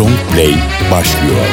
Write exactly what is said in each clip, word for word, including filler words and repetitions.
Long Play başlıyor.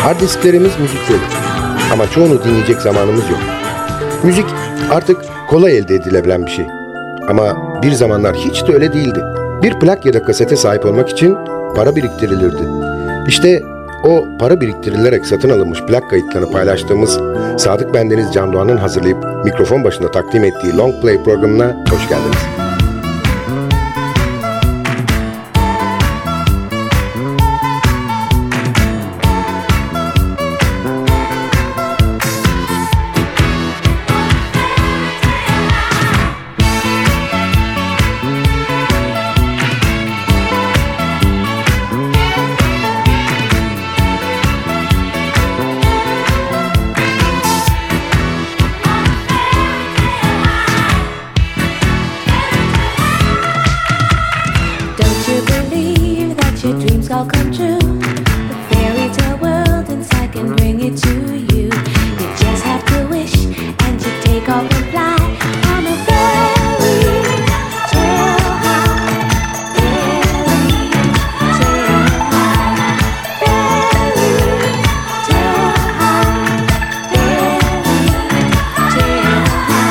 Hard disklerimiz müzikli olur. Ama çoğunu dinleyecek zamanımız yok. Müzik artık kolay elde edilebilen bir şey. Ama bir zamanlar hiç de öyle değildi. Bir plak ya da kasete sahip olmak için para biriktirilirdi. İşte o para biriktirilerek satın alınmış plak kayıtlarını paylaştığımız Sadık Bendeniz Can Doğan'ın hazırlayıp mikrofon başında takdim ettiği Long Play programına hoş geldiniz. All come true. The fairy tale world inside can bring it to you. You just have to wish and you take off and fly on a fairy tale high. Fairy tale high. Fairy tale high. Fairy tale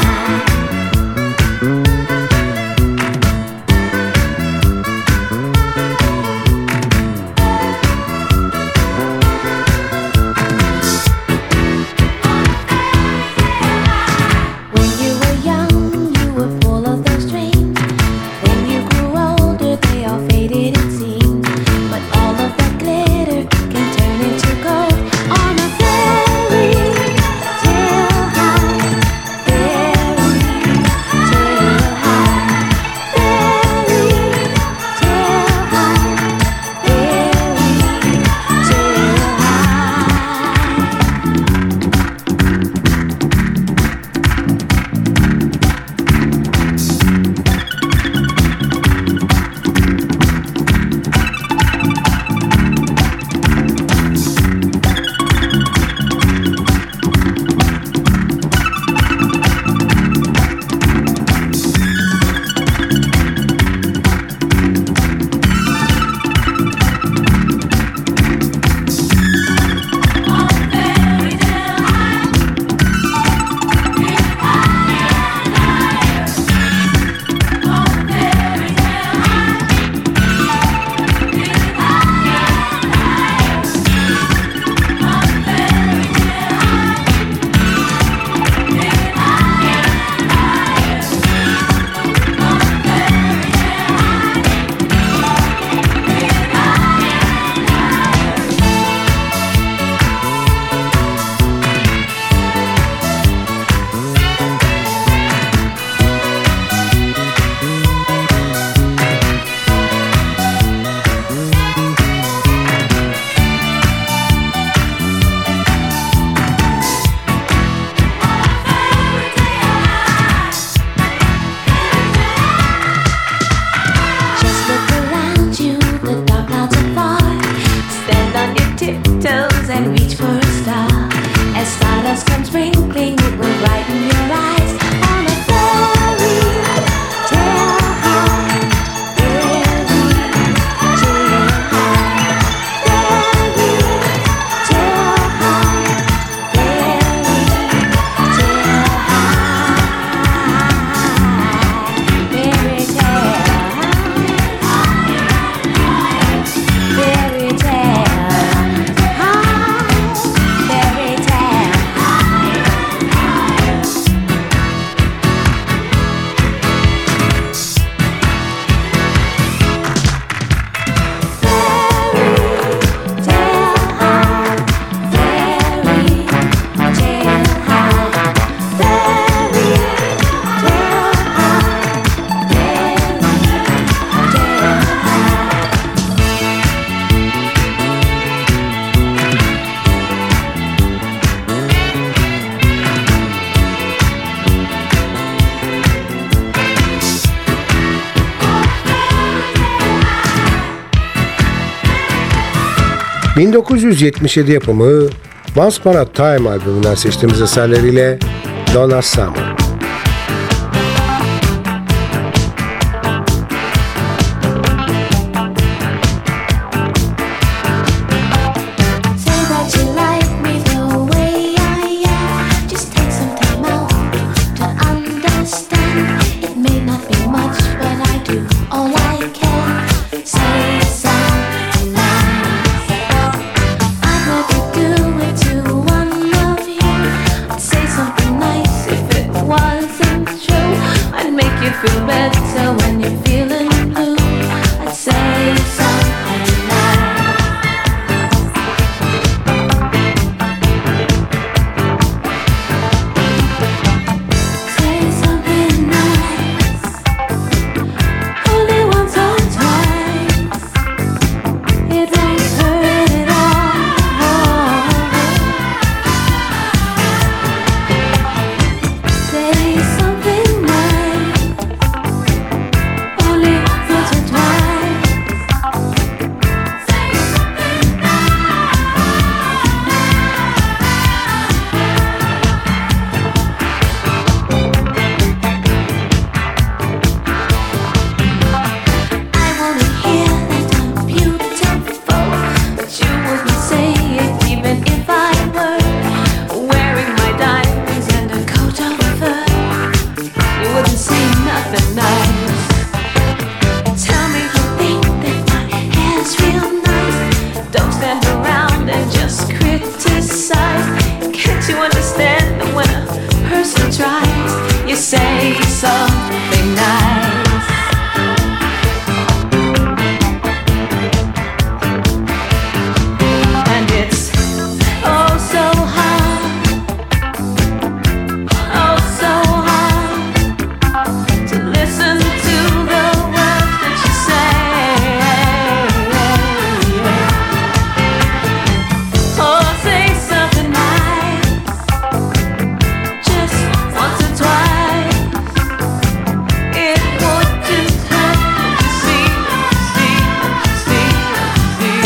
bin dokuz yüz yetmiş yedi yapımı Once Upon a Time albümünden seçtiğimiz eserleriyle Donna Summer. say that you love understand that when a person tries, you say something nice. And it's oh so hard, oh so hard to listen to the words that you say. Oh, say something nice, just once or twice. It wouldn't hurt to see, see, see, see.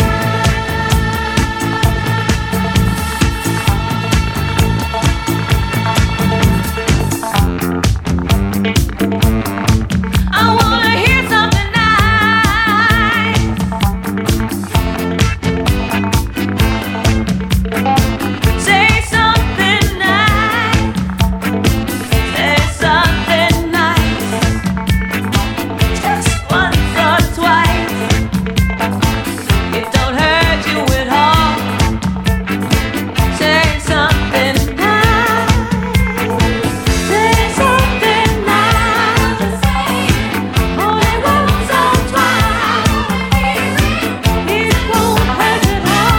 I wanna hear something nice. Say something nice. Say something nice. Just once or twice. It don't hurt you at all. Say something nice. Say something nice. Only once or twice. It won't hurt at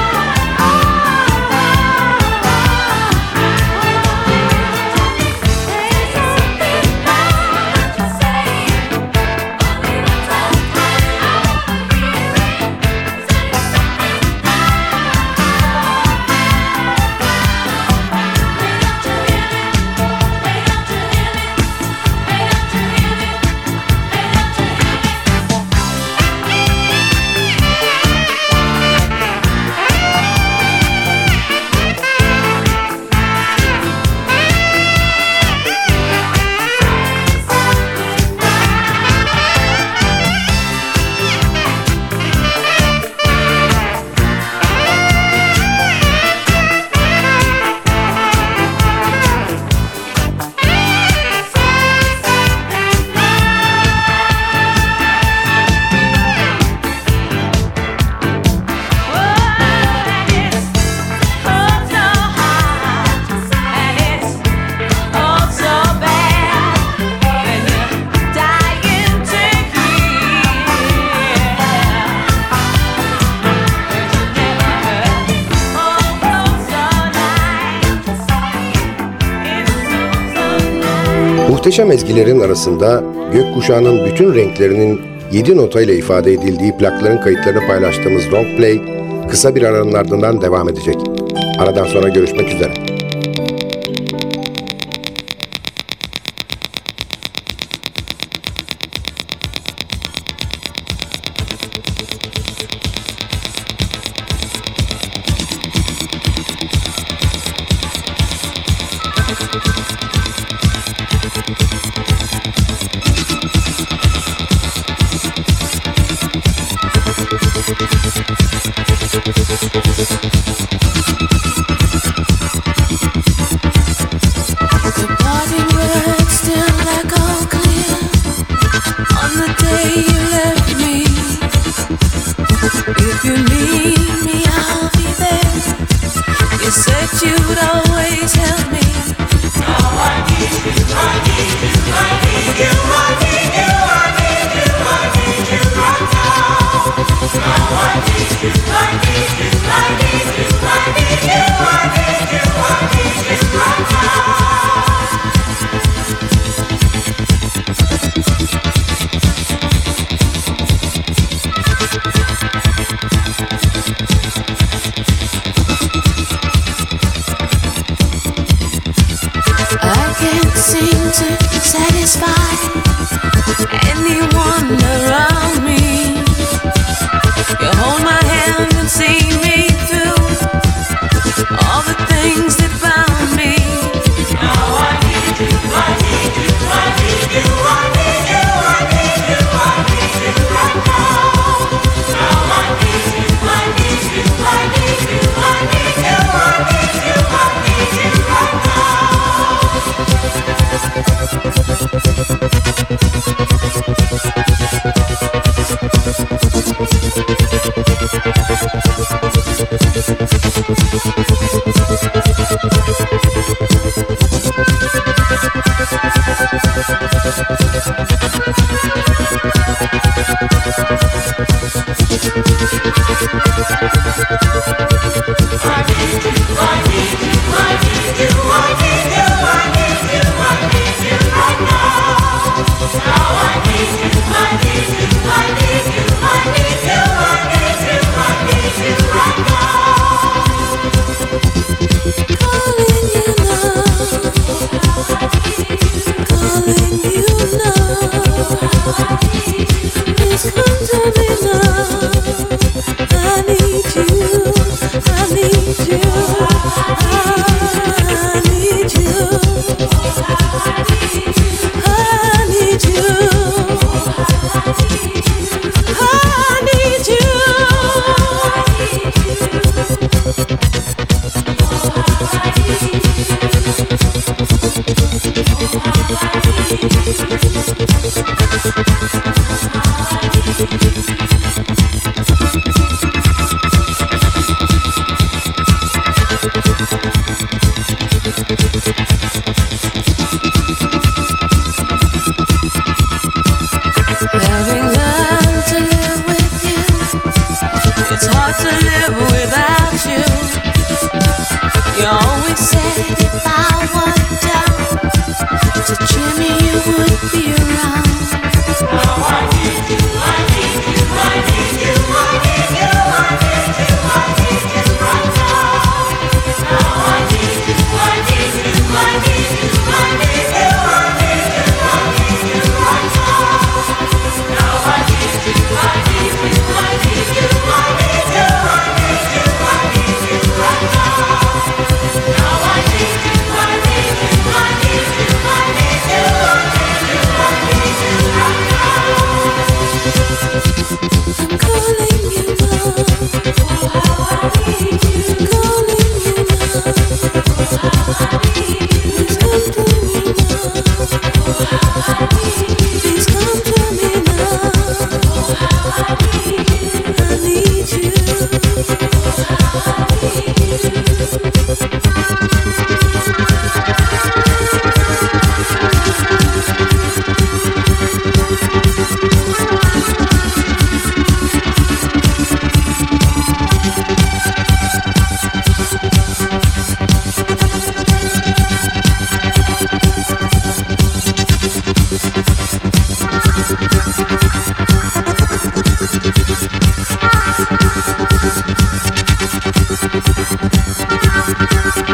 Muhteşem ezgilerin arasında gökkuşağının bütün renklerinin yedi notayla ifade edildiği plakların kayıtlarını paylaştığımız Long Play kısa bir aranın ardından devam edecek. Aradan sonra görüşmek üzere. The parting words still echo clear on the day you left me. If you need me, I'll be there. You said you'd always help me. Now I need you, I need you, I need you, I need you, I need you, I need you right now. Now I need you, I need you, I need you, I need you, I need you, I need you right now. I can't seem to satisfy anyone around me. You hold my hand and see me through all the things that bound me. Now I need you, I need you, I need you, I need you, I need you, I need you right now. Now I need you, I need you, I need you, I need you, I need you, I need you right now. Thank you. Thank you.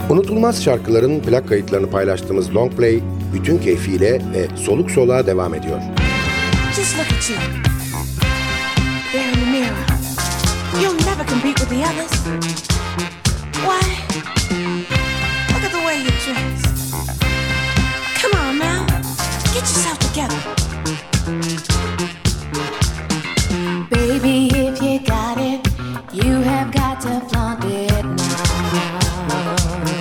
Unutulmaz şarkıların plak kayıtlarını paylaştığımız Long Play bütün keyfiyle ve soluk soluğa devam ediyor. Just look at you. There in the mirror. You'll never compete with the others. Why? Look at the way you dress. Come on now. Get yourself together. Baby, if you got it, you have got to flaunt it now.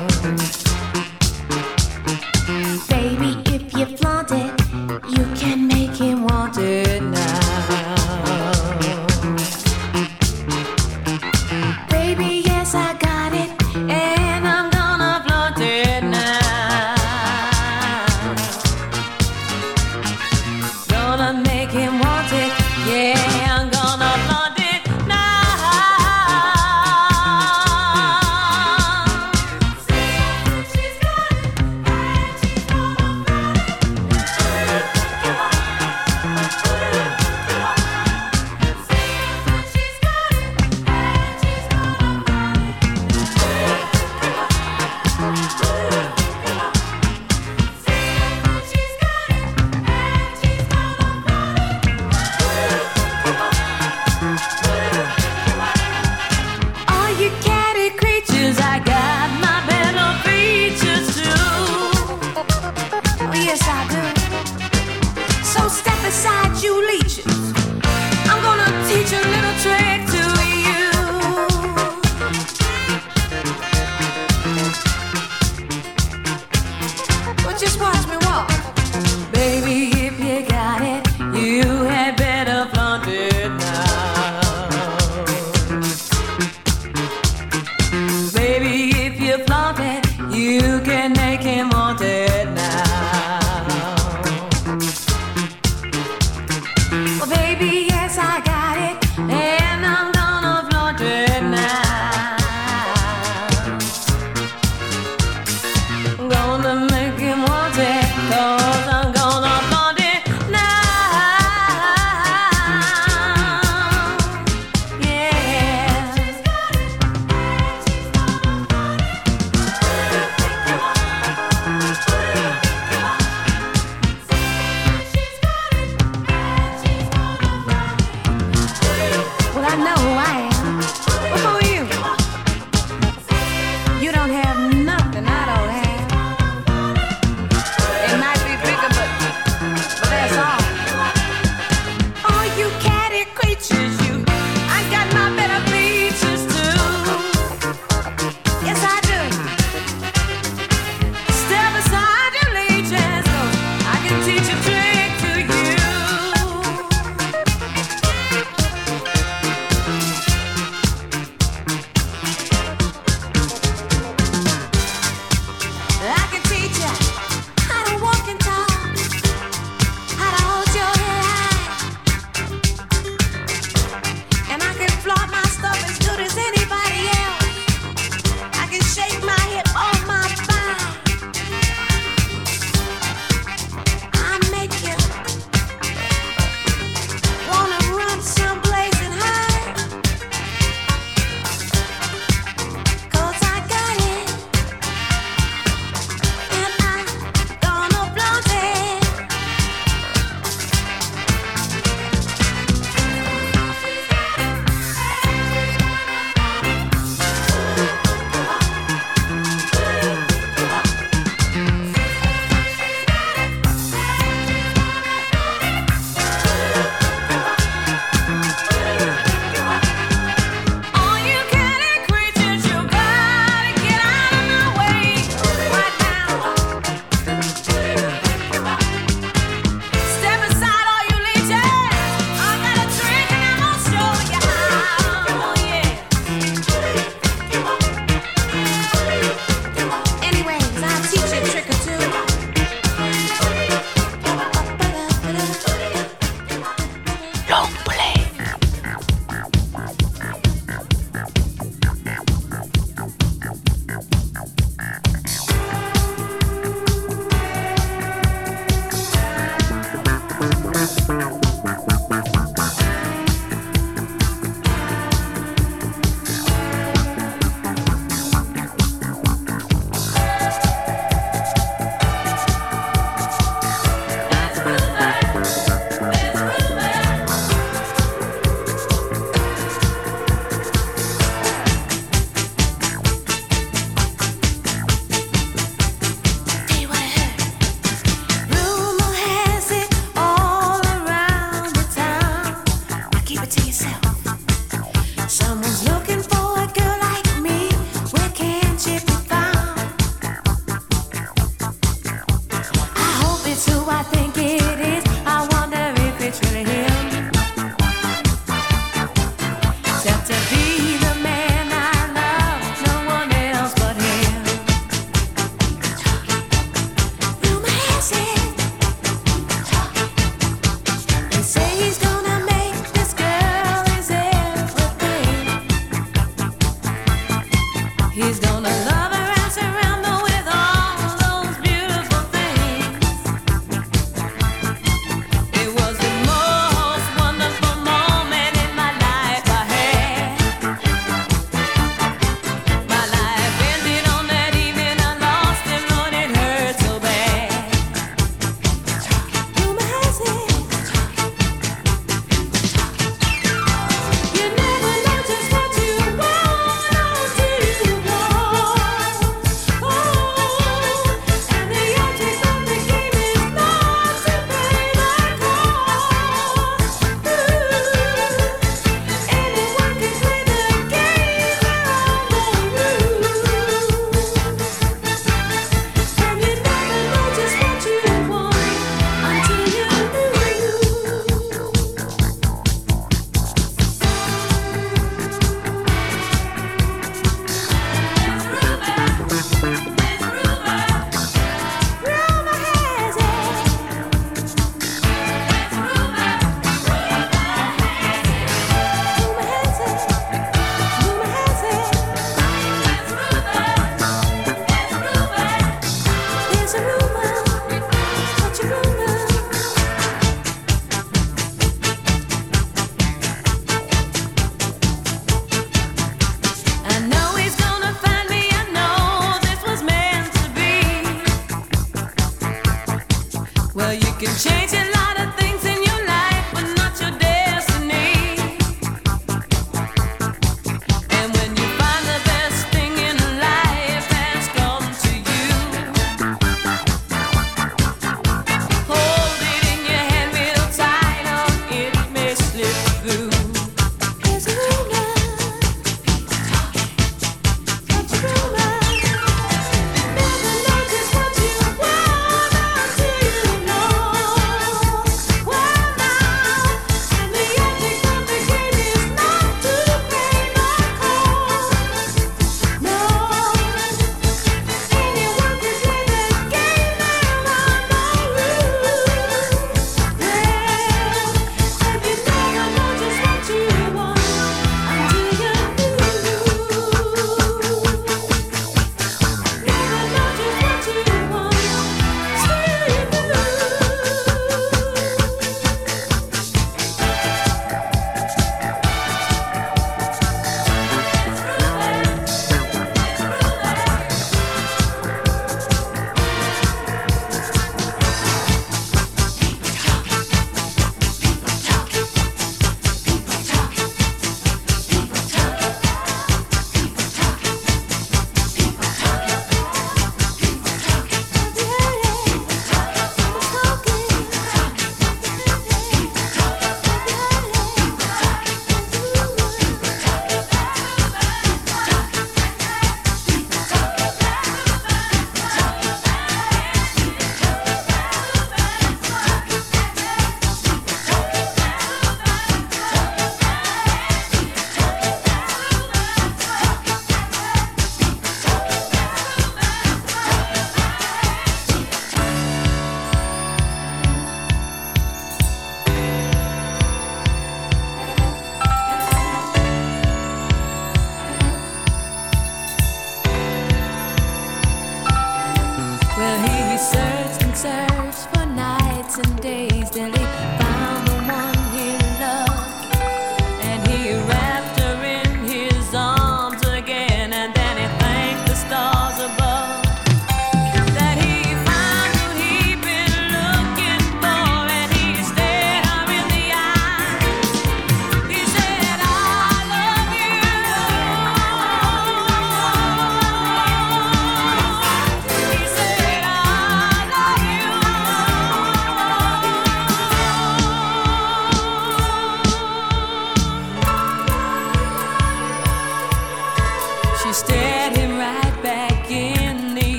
Baby, if you flaunt it, you can make him want it now. Baby, yes, Someone's looking for a girl like me. Where can she be found? I hope it's who I think it is. I wonder if it's really him. Except to be the man I love, no one else but him. Rumor has it, they say he's gonna make this girl his everything.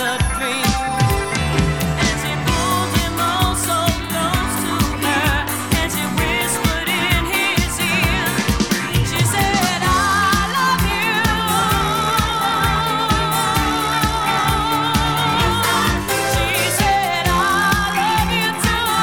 the dream. And she pulled him all so close to her, and she whispered in his ear. She said, I love you. She said, I love you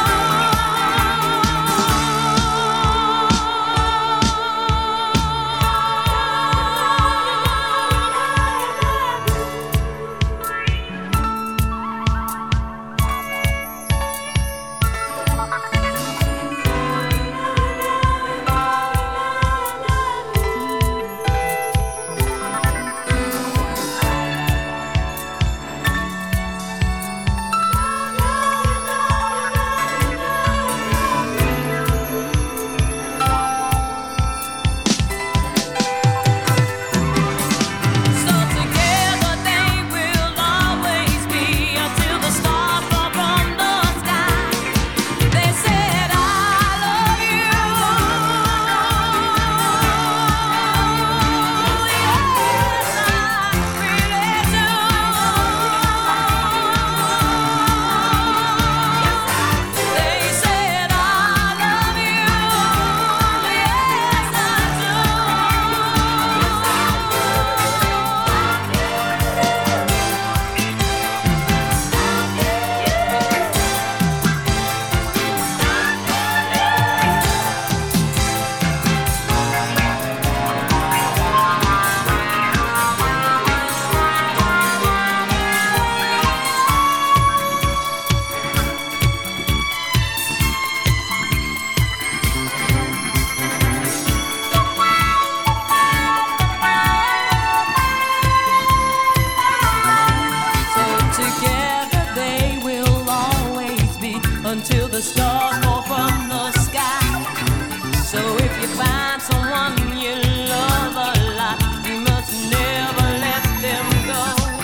until the stars fall from the sky. So if you find someone you love a lot, you must never let them go.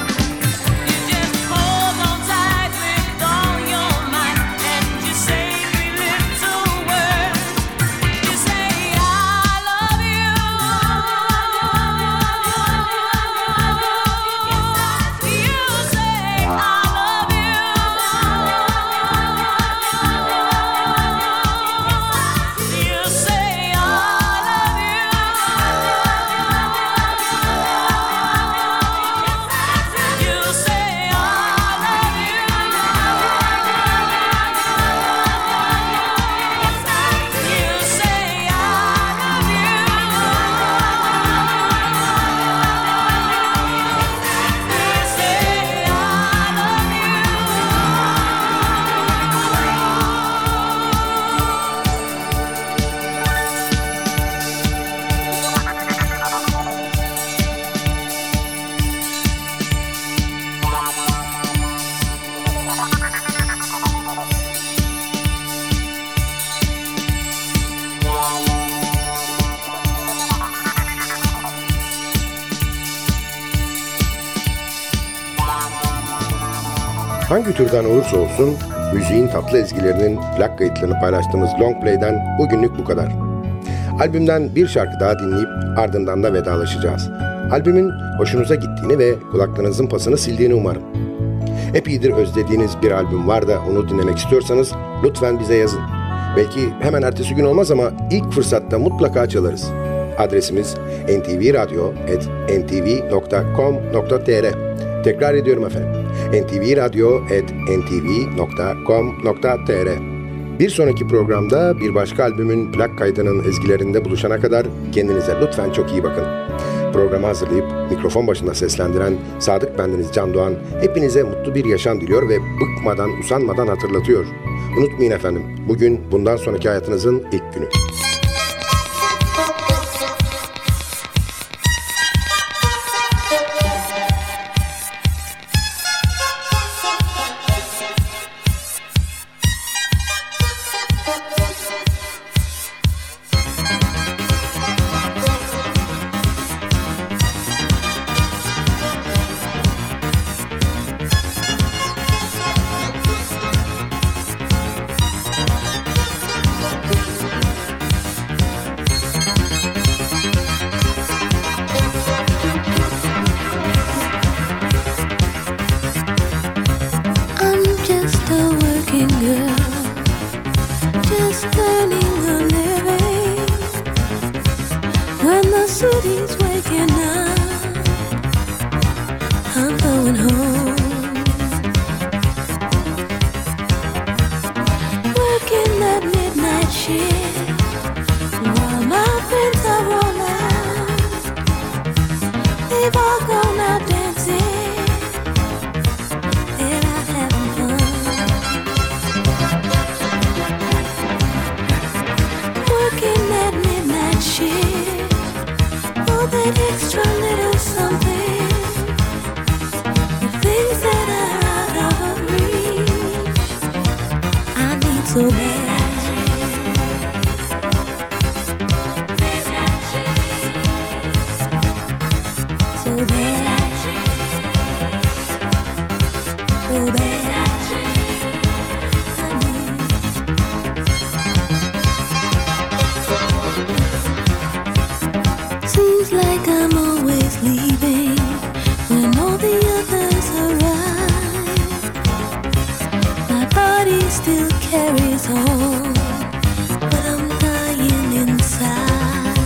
You just hold on tight with all your might, and you say three little words. You say, I love you. You say, I love you. You say I love you. You say I love you. You say I love Hangi türden olursa olsun müziğin tatlı ezgilerinin plak kayıtlarını paylaştığımız Long Play'den bugünlük bu kadar. Albümden bir şarkı daha dinleyip ardından da vedalaşacağız. Albümün hoşunuza gittiğini ve kulaklarınızın pasını sildiğini umarım. Epeydir özlediğiniz bir albüm var da onu dinlemek istiyorsanız lütfen bize yazın. Belki hemen ertesi gün olmaz ama ilk fırsatta mutlaka çalarız. Adresimiz en ti vi radyo at en ti vi nokta com nokta te er. Tekrar ediyorum efendim. en ti vi radyo at en ti vi nokta com nokta te er. Bir sonraki programda bir başka albümün plak kaydının ezgilerinde buluşana kadar kendinize lütfen çok iyi bakın. Programı hazırlayıp mikrofon başında seslendiren Sadık bendeniz Can Doğan hepinize mutlu bir yaşam diliyor ve bıkmadan, usanmadan hatırlatıyor. Unutmayın efendim, bugün bundan sonraki hayatınızın ilk günü. just earning a living. When the city's waking up, I'm going home. Working that midnight shift while my friends are all out. They've all gone out dancing. They're out having fun. Working that midnight shift, oh, that extra little something. The things that are out of reach, I need so bad. So bad. So bad. I need. Seems like I'm always leaving when all the others arrive. My body still carries on, but I'm dying inside.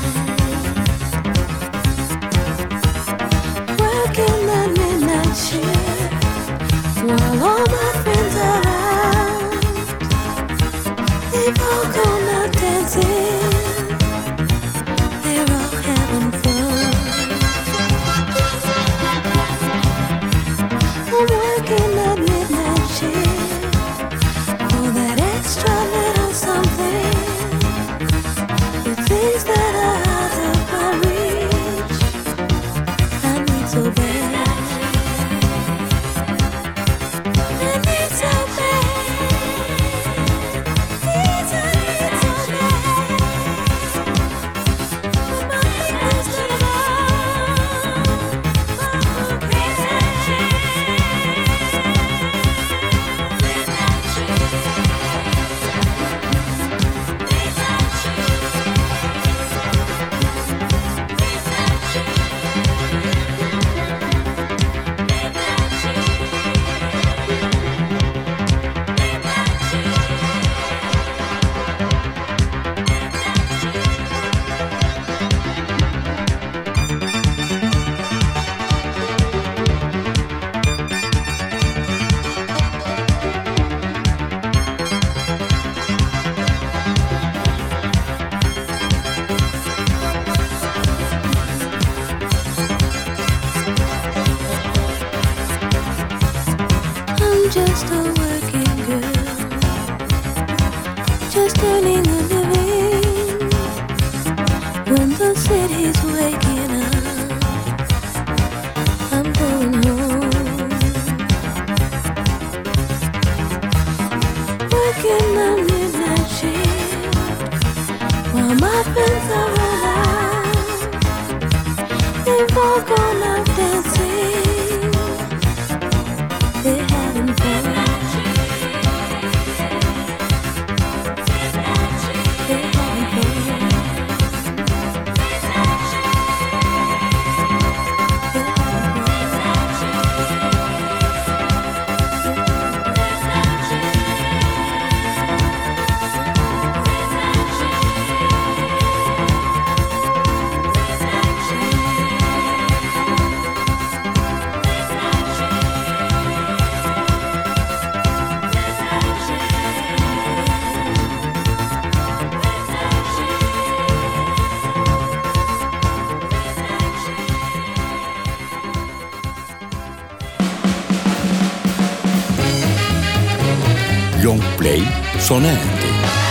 Working that midnight shift while all my friends are out. They've all gone out dancing. They're all having fun. I'm working that midnight shift for that extra little something. The things that are out of my reach, I need so bad. I need so bad. Need so, need so bad. But my fingers to the bone. Midnight shift. Midnight shift. Midnight shift. I'm just a working girl, just earning a living. When the city's waking up, I'm going home. Working the midnight shift while my friends are all out. They've all gone out dancing. They're having fun. They're having fun. Long Play sona erdi.